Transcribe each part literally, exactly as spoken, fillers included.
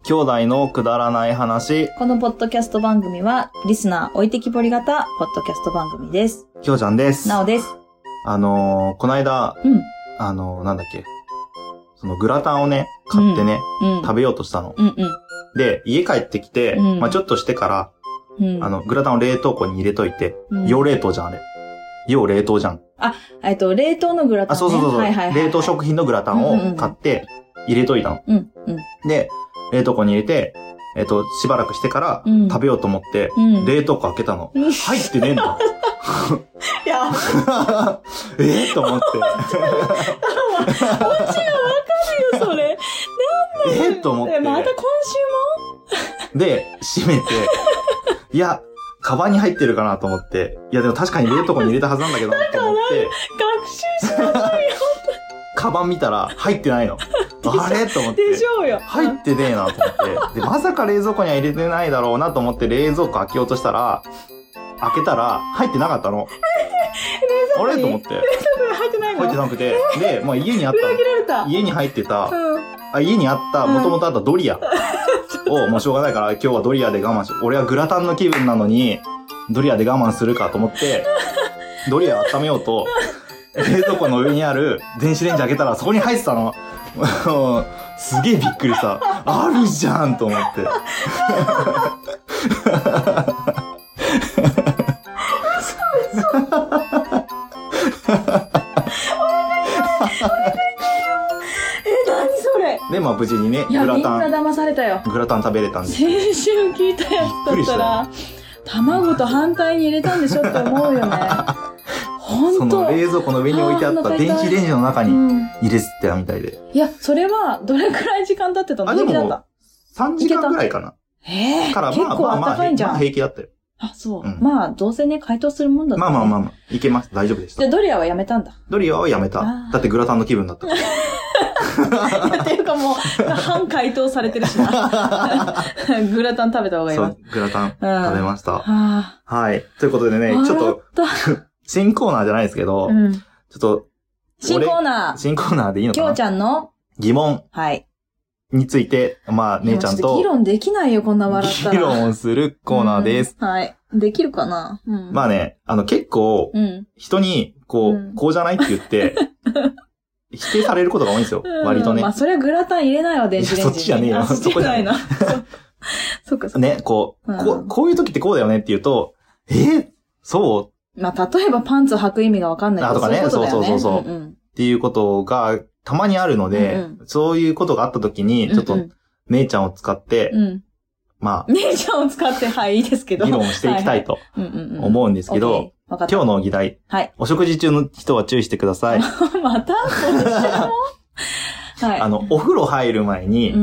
兄弟のくだらない話。 このポッドキャスト番組は、リスナー置いてきぼり型ポッドキャスト番組です。 きょうちゃんです。 なおです。 あのー、この間、 うん、 あのー、なんだっけ、そのグラタンをね、買ってね、 うんうん、 食べようとしたの。 うんうん、 で、家帰ってきて、うん、まあちょっとしてから、うん、あの、グラタンを冷凍庫に入れといて、うん、要冷凍じゃん、あれ。要冷凍じゃん。 あ、えっと、冷凍のグラタン、ね。あ、 そうそうそうそう、はいはいはいはい。冷凍食品のグラタンを買って、入れといたの。 うんうん、 で、冷凍庫に入れて、えっと、しばらくしてから食べようと思って、うん、冷凍庫開けたの。うん、入ってねえんだ。 いや、 えー、と思って。 オチがわかるよ、それ。なんでえー、と思って。 また今週もで、閉めて、いや、カバンに入ってるかなと思って、いやでも確かに冷凍庫に入れたはずなんだけど、と思って。 学習しなさいよ。 カバン見たら入ってないの。あれと思って。 でしょうよ。 入ってねえなと思って。で、まさか冷蔵庫には入れてないだろうなと思って冷蔵庫開けようとしたら、開けたら入ってなかったの。あれと思って。冷蔵庫に入ってないの？ 入ってなくて。で、まあ家にあった家に入ってた、うん、あ家にあった、もともとあったドリアを、もうしょうがないから今日はドリアで我慢し、俺はグラタンの気分なのに、ドリアで我慢するかと思って、ドリア温めようと、冷蔵庫の上にある電子レンジ開けたらそこに入ってたの。すげえびっくりさ。あるじゃんと思って。で、まあ無事にね、 グラタン。いや、みんな騙されたよ。 グラタン食べれたんです。 先週聞いたやつだったら、卵と反対に入れたんでしょって思うよね。本当。その冷蔵庫の上に置いてあった電子レンジの中に入れてたみたいで。 うん、いや、それはどれくらい時間経ってたの？ あ、でも、さんじかんくらいかな。 ええー。 から、まあ、 結構あったかいんじゃん。 まあ、まあ、平気だったよ。 あ、そう。うん、まあ、どうせね、解凍するもんだった、ね。 まあまあまあまあ、いけます。大丈夫でした。 じゃあ、ドリアはやめたんだ。 ドリアはやめた。だってグラタンの気分だった。 っていうかもう、半解凍されてるしな。グラタン食べた方がいいわ。 そう、グラタン食べました。 うん、は, はい。ということでね、ちょっと、新コーナーじゃないですけど、うん、ちょっと、 新コーナー。 新コーナーでいいのかな？ きょうちゃんの疑問。 はい。 について、まあ、姉ちゃんと。 議論できないよ、こんな笑ったら。 議論をするコーナーです。 うん、はい。できるかな、うん、 まあね、あの、結構、うん、人に、こう、うん、こうじゃないって言って、否定されることが多いんですよ、うん、割とね。 まあ、それはグラタン入れないわ、電子レンジに。 そっちじゃねえよ。 そこじゃないな。そっかそっか。 ね、こう、うん、こう、こういう時ってこうだよねって言うと、えー、そうまあ、例えばパンツ履く意味がわかんないけど。あとかね、そうそうそうそう。うんうん、っていうことがたまにあるので、うんうん、そういうことがあった時に、ちょっと、姉ちゃんを使って、うん、まあ。 姉ちゃんを使って、はい、いいですけど。 議論をしていきたいと思うんですけど、今日の議題。 はい。 お食事中の人は注意してください。 また今週もはい。あの、お風呂入る前に、うん、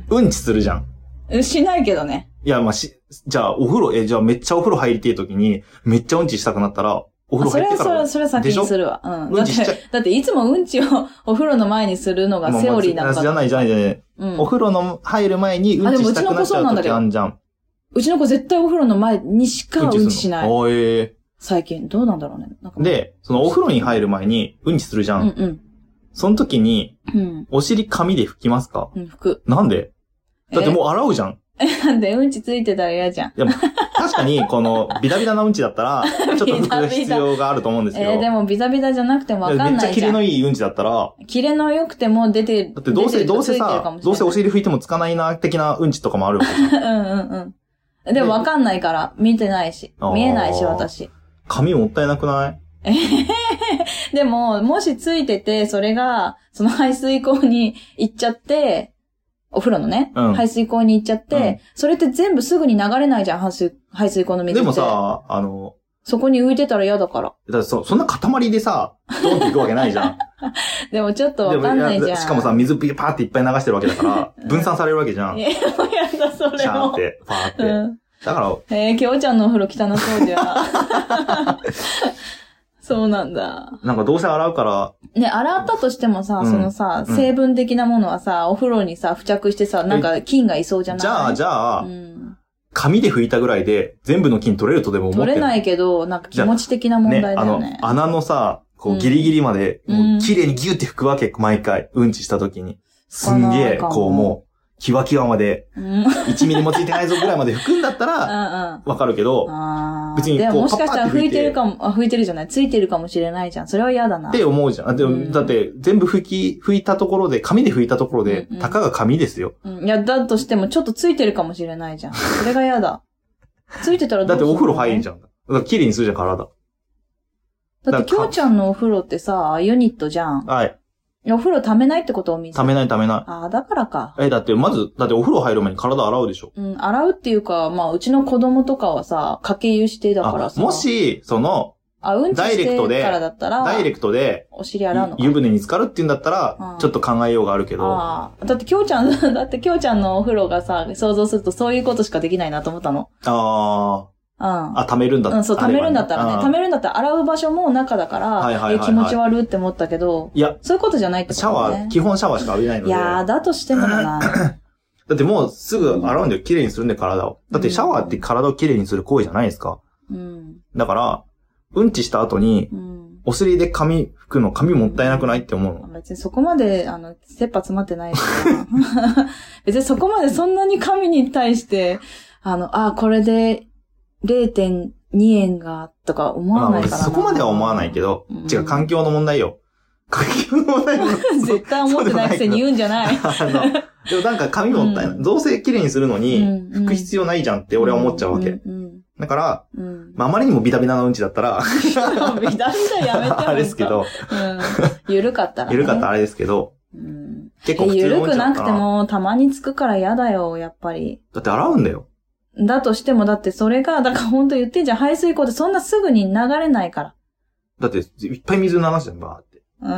うんちするじゃん。 しないけどね。 いや、まあ、し、じゃあ、お風呂、え、じゃあめっちゃお風呂入りてえ時に、めっちゃうんちしたくなったら、お風呂入ってから。 それは、それは、それは先にするわ。うん。だって、だっていつもうんちをお風呂の前にするのがセオリーなのか。 じゃないじゃないじゃない。うん、お風呂の入る前にうんちしたくなっちゃう時あんじゃん。 うちの子絶対お風呂の前にしかうんちしない。 おえー、 最近、どうなんだろうね。なんかで、そのお風呂に入る前にうんちするじゃん。うんうん。その時に、うん、お尻紙で拭きますか？ うん、拭く。 なんで？だってもう洗うじゃん。 なんでうんちついてたら嫌じゃん。 いや、確かに、この、ビタビタなうんちだったら、ちょっと拭く必要があると思うんですけど。 えー、でもビタビタじゃなくてもわかんないじゃん。 めっちゃキレのいいうんちだったら。 キレの良くても出て、 だってどうせ、どうせさ、どうせお尻拭いてもつかないな、的なうんちとかもあるわけじゃん。 うんうんうん。でもわかんないから、見てないし。見えないし、私。 髪もったいなくない？ えへへへ。でも、もしついてて、それが、その排水口に行っちゃって、お風呂のね、うん、排水口に行っちゃって、うん、それって全部すぐに流れないじゃん、排水、排水口の水って。 でもさ、あの、 そこに浮いてたら嫌だから。 だからそ、そんな塊でさ、ドンって行くわけないじゃん。 でもちょっとわかんないじゃん。 しかもさ、水ピーパーっていっぱい流してるわけだから、分散されるわけじゃん。 いや、もうやだ、それも。 シャーって、パーって。うん、だから、 えー、きょうちゃんのお風呂汚そうじゃん。そうなんだ。 なんかどうせ洗うから。 ね、洗ったとしてもさ、うん、そのさ、成分的なものはさ、お風呂にさ、付着してさ、なんか菌がいそうじゃない？ じゃあ、じゃあ、うん、紙で拭いたぐらいで全部の菌取れるとでも思ってる。 取れないけど、なんか気持ち的な問題だよね。 ね、あの、穴のさ、こうギリギリまで、もう綺麗にギュって拭くわけ、毎回。うんちした時に。すんげえ、こうもう、 キワキワまで、いちミリもついてないぞぐらいまで拭くんだったら、わかるけど、別にこう、 でももしかしたら拭いてるかも、あ、拭いてるじゃない、ついてるかもしれないじゃん。それは嫌だな。 って思うじゃん。でも、だって、全部拭き、拭いたところで、紙で拭いたところで、たかが紙ですよ。 いや、だとしても、ちょっとついてるかもしれないじゃん。それが嫌だ。ついてたらどうするの？ だってお風呂入るじゃん。だから綺麗にするじゃん、体。 だって、きょうちゃんのお風呂ってさ、ユニットじゃん。 はい。 お風呂溜めないってことを見せ溜めない溜めない。 ああ、だからか。 え、だってまず、だってお風呂入る前に体洗うでしょ。 うん、洗うっていうか、まあ、うちの子供とかはさ、かけ湯してだからさ。 もし、その、 あ、うんちしてからだったら、 ダイレクトで、 お尻洗うのか。 湯船に浸かるって言うんだったら、うん、ちょっと考えようがあるけど。 ああ。だってきょうちゃん、だってきょうちゃんのお風呂がさ、想像するとそういうことしかできないなと思ったの。 ああ。うん。あ、溜めるんだったら、 ね。うん、そう、溜めるんだったらね。溜めるんだったら洗う場所も中だから、はいはいはいはい、え、気持ち悪いって思ったけど、いや、そういうことじゃないってことね。 シャワー、基本シャワーしか浴びないので。 いやー、だとしてもだな。 だってもうすぐ洗うんだよ。綺麗にするんで体を。だってシャワーって体を綺麗にする行為じゃないですか。うん。だから、うんちした後に、うん、お尻で髪拭くの髪もったいなくないって思うの。 別にそこまで、あの、切羽詰まってないし別にそこまでそんなに髪に対して、あの、あ、これで れいてんに 円が、とか思わないからな。まあ、 そこまでは思わないけど、うん、違う、環境の問題よ。環境の問題よ。 絶対思ってないくせに言うんじゃない。あの、 でもなんか髪もったいない。うん、どうせ綺麗にするのに、拭く必要ないじゃんって俺は思っちゃうわけ。うんうんうん、だから、うん、まあ、あまりにもビタビタなうんちだったら、 ビタビタやめてあれですけど、 うん、ゆるかったらね。 ゆるかったらあれですけど、うん、結構普通のゆるくなくてもたまにつくから嫌だよ、やっぱり。 だって洗うんだよ。 だとしても、だってそれが、だからほんと言ってんじゃん、排水溝ってそんなすぐに流れないから。 だって、いっぱい水流してんバーって。うん。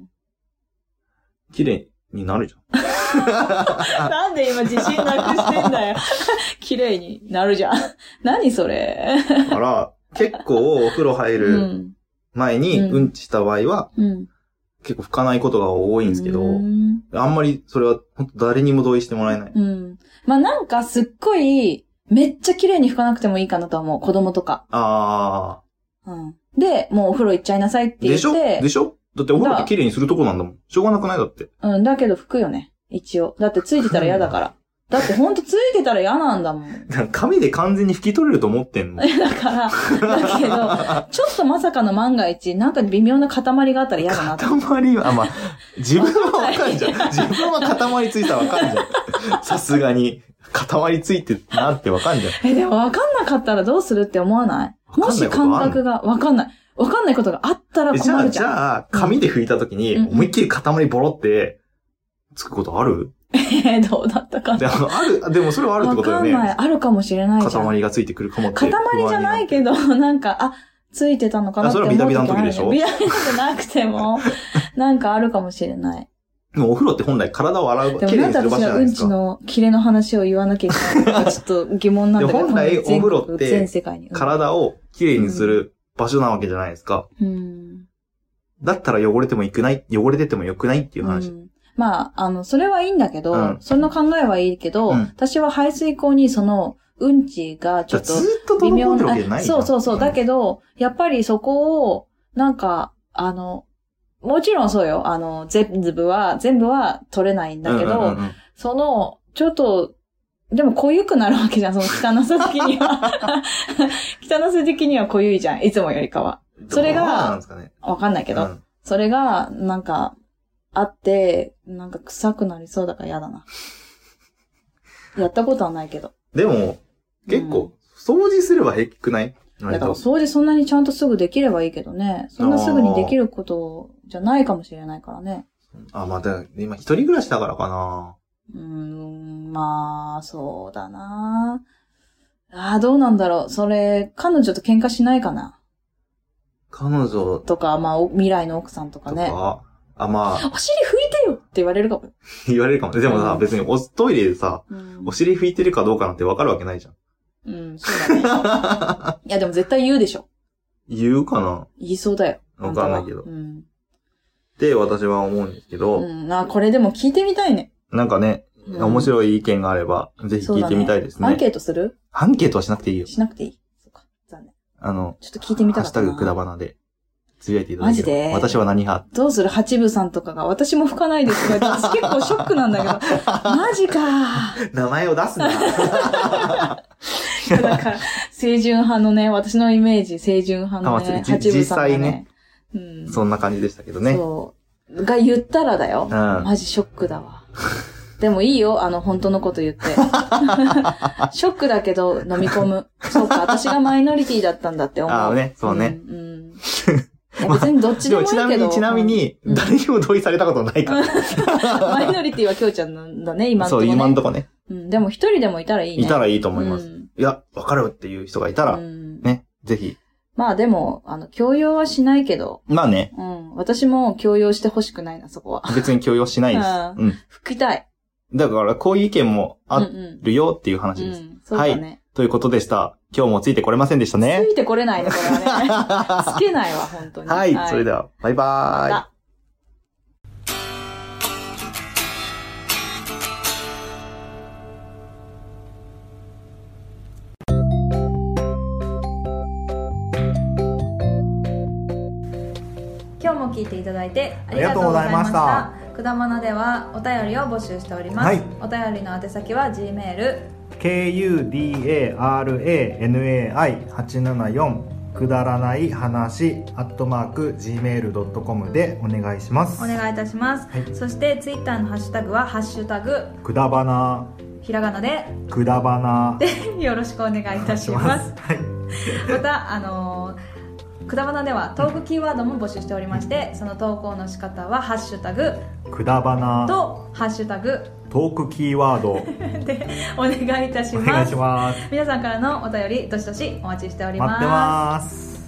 綺麗になるじゃん。 なんで今自信なくしてんだよ。綺麗になるじゃん。何それ。 だから、結構お風呂入る前にうんちした場合は、うん、結構拭かないことが多いんですけど、うん、あんまりそれは本当誰にも同意してもらえない。 うん。まあなんかすっごい、めっちゃ綺麗に拭かなくてもいいかなと思う。子供とか。ああ。うん。で、もうお風呂行っちゃいなさいって言って。 でしょでしょだってお風呂って綺麗にするとこなんだもん。しょうがなくないだって。 うん、だけど拭くよね。一応。だってついてたら嫌だから。だってほんとついてたら嫌なんだもん。 紙で完全に拭き取れると思ってんの。 だから、だけど、ちょっとまさかの万が一、なんか微妙な塊があったら嫌だなと。 塊は、あ、まあ、自分はわかんじゃん。自分は塊ついたらわかんじゃん。さすがに。塊ついてなってわかんじゃん。 え、でもわかんなかったらどうするって思わない？もし感覚がわかんない。わかんないことがあったら困るじゃん。 じゃあ、じゃあ、紙で拭いたときに、思いっきり塊ボロって、つくことある？ えー、どうだったかな。 で、ある、でもそれはあるってことだよね。 わかんない。あるかもしれないじゃん。 塊がついてくるかもって。 塊じゃないけど、なんか、あ、ついてたのかなって思う時ある。それはビタビタの時でしょ？ビタビタじゃなくても、なんかあるかもしれない。 でもお風呂って本来体を洗う、綺麗にする場所じゃないですか。 でもなんで私はうんちのキレの話を言わなきゃいけないのかちょっと疑問なんだけど。 本来お風呂って体を綺麗にする場所なわけじゃないですか。うん、だったら汚れてもよくない、汚れててもよくないっていう話。うん、 まあ、あの、それはいいんだけど、うん、その考えはいいけど、うん、私は排水溝にその、うんちがちょっと微妙な。そうそうそう。だけど、やっぱりそこを、なんか、あの、もちろんそうよ。あの、全部は、全部は取れないんだけど、うんうんうん、その、ちょっと、でも濃ゆくなるわけじゃん、その汚さ的には。汚さ的には濃ゆいじゃん、いつもよりかは。それが、わかんないけど、うん、それが、なんか、あって、なんか臭くなりそうだから嫌だな。やったことはないけど。 でも、結構、掃除すれば平気くない？ だから掃除そんなにちゃんとすぐできればいいけどね。そんなすぐにできることじゃないかもしれないからね。 あ、まあ、だ今一人暮らしだからかな。 うーん、まあ、そうだな。ああ、どうなんだろう。それ、彼女と喧嘩しないかな。 彼女とか、まあ、未来の奥さんとかね。とか、 あ、まあ。 お尻拭いてよって言われるかも。 言われるかも。でもさ、うん、別におトイレでさ、うん、お尻拭いてるかどうかなんてわかるわけないじゃん。 うん、そうだね。いや、でも絶対言うでしょ。 言うかな？ 言いそうだよ。 わかんないけど。うん。って私は思うんですけど。 うん。あ、これでも聞いてみたいね。 なんかね、うん、面白い意見があれば、ぜひ聞いてみたいですね。 アンケートする？ アンケートはしなくていいよ。 しなくていい。そうか。残念。 あの、 ちょっと聞いてみたかったな。 ハッシュタグくだばなで。 つぶやいていただければ。マジで私は何派どうする八部さんとかが、私も吹かないですとか私結構ショックなんだけど。マジか名前を出すな。 だから、清純派のね、私のイメージ、清純派のね、八部さんがね。実際ね、 うん。そんな感じでしたけどね。 そう。が言ったらだよ。うん、マジショックだわ。でもいいよ、あの、本当のこと言って。ショックだけど飲み込む。そうか、私がマイノリティだったんだって思う。 ああね、そうね。 うん。うん、別にどっちでもいいけど。 ちなみに、ちなみに、誰にも同意されたことないから。 マイノリティはきょうちゃんなんだね、今のとこね。 そう、今のとこね。 うん、でも一人でもいたらいいね。 いたらいいと思います。うん、いや、わかるっていう人がいたら、うん、ね、ぜひ。 まあでも、あの、強要はしないけど。 まあね。 うん。私も強要してほしくないな、そこは。 別に強要しないです。 うん。吹きたい。 だから、こういう意見もあるよっていう話です。うんうん、そうだね。はい。ということでした。今日もついてこれませんでしたね。 ついてこれないね、これはね。つけないわ、本当に。 はい。はい、それでは、バイバーイ。また今日も聞いていただいてありがとうございました。くだまなではお便りを募集しております。はい、お便りの宛先は G メールケーユーディーエーアールエーエヌエーアイはちななよん くだらない話アットマーク ジーメールドットコム でお願いします。 お願いいたします。はい、そしてツイッターのハッシュタグはハッシュタグくだばなひらがなでくだばなでよろしくお願いいたします。はい、またあのーくだばなではトークキーワードも募集しておりまして、その投稿の仕方はハッシュタグくだばなとハッシュタグトークキーワードでお願いいたします。 お願いします。 皆さんからのお便りどしどしお待ちしております。 待ってます。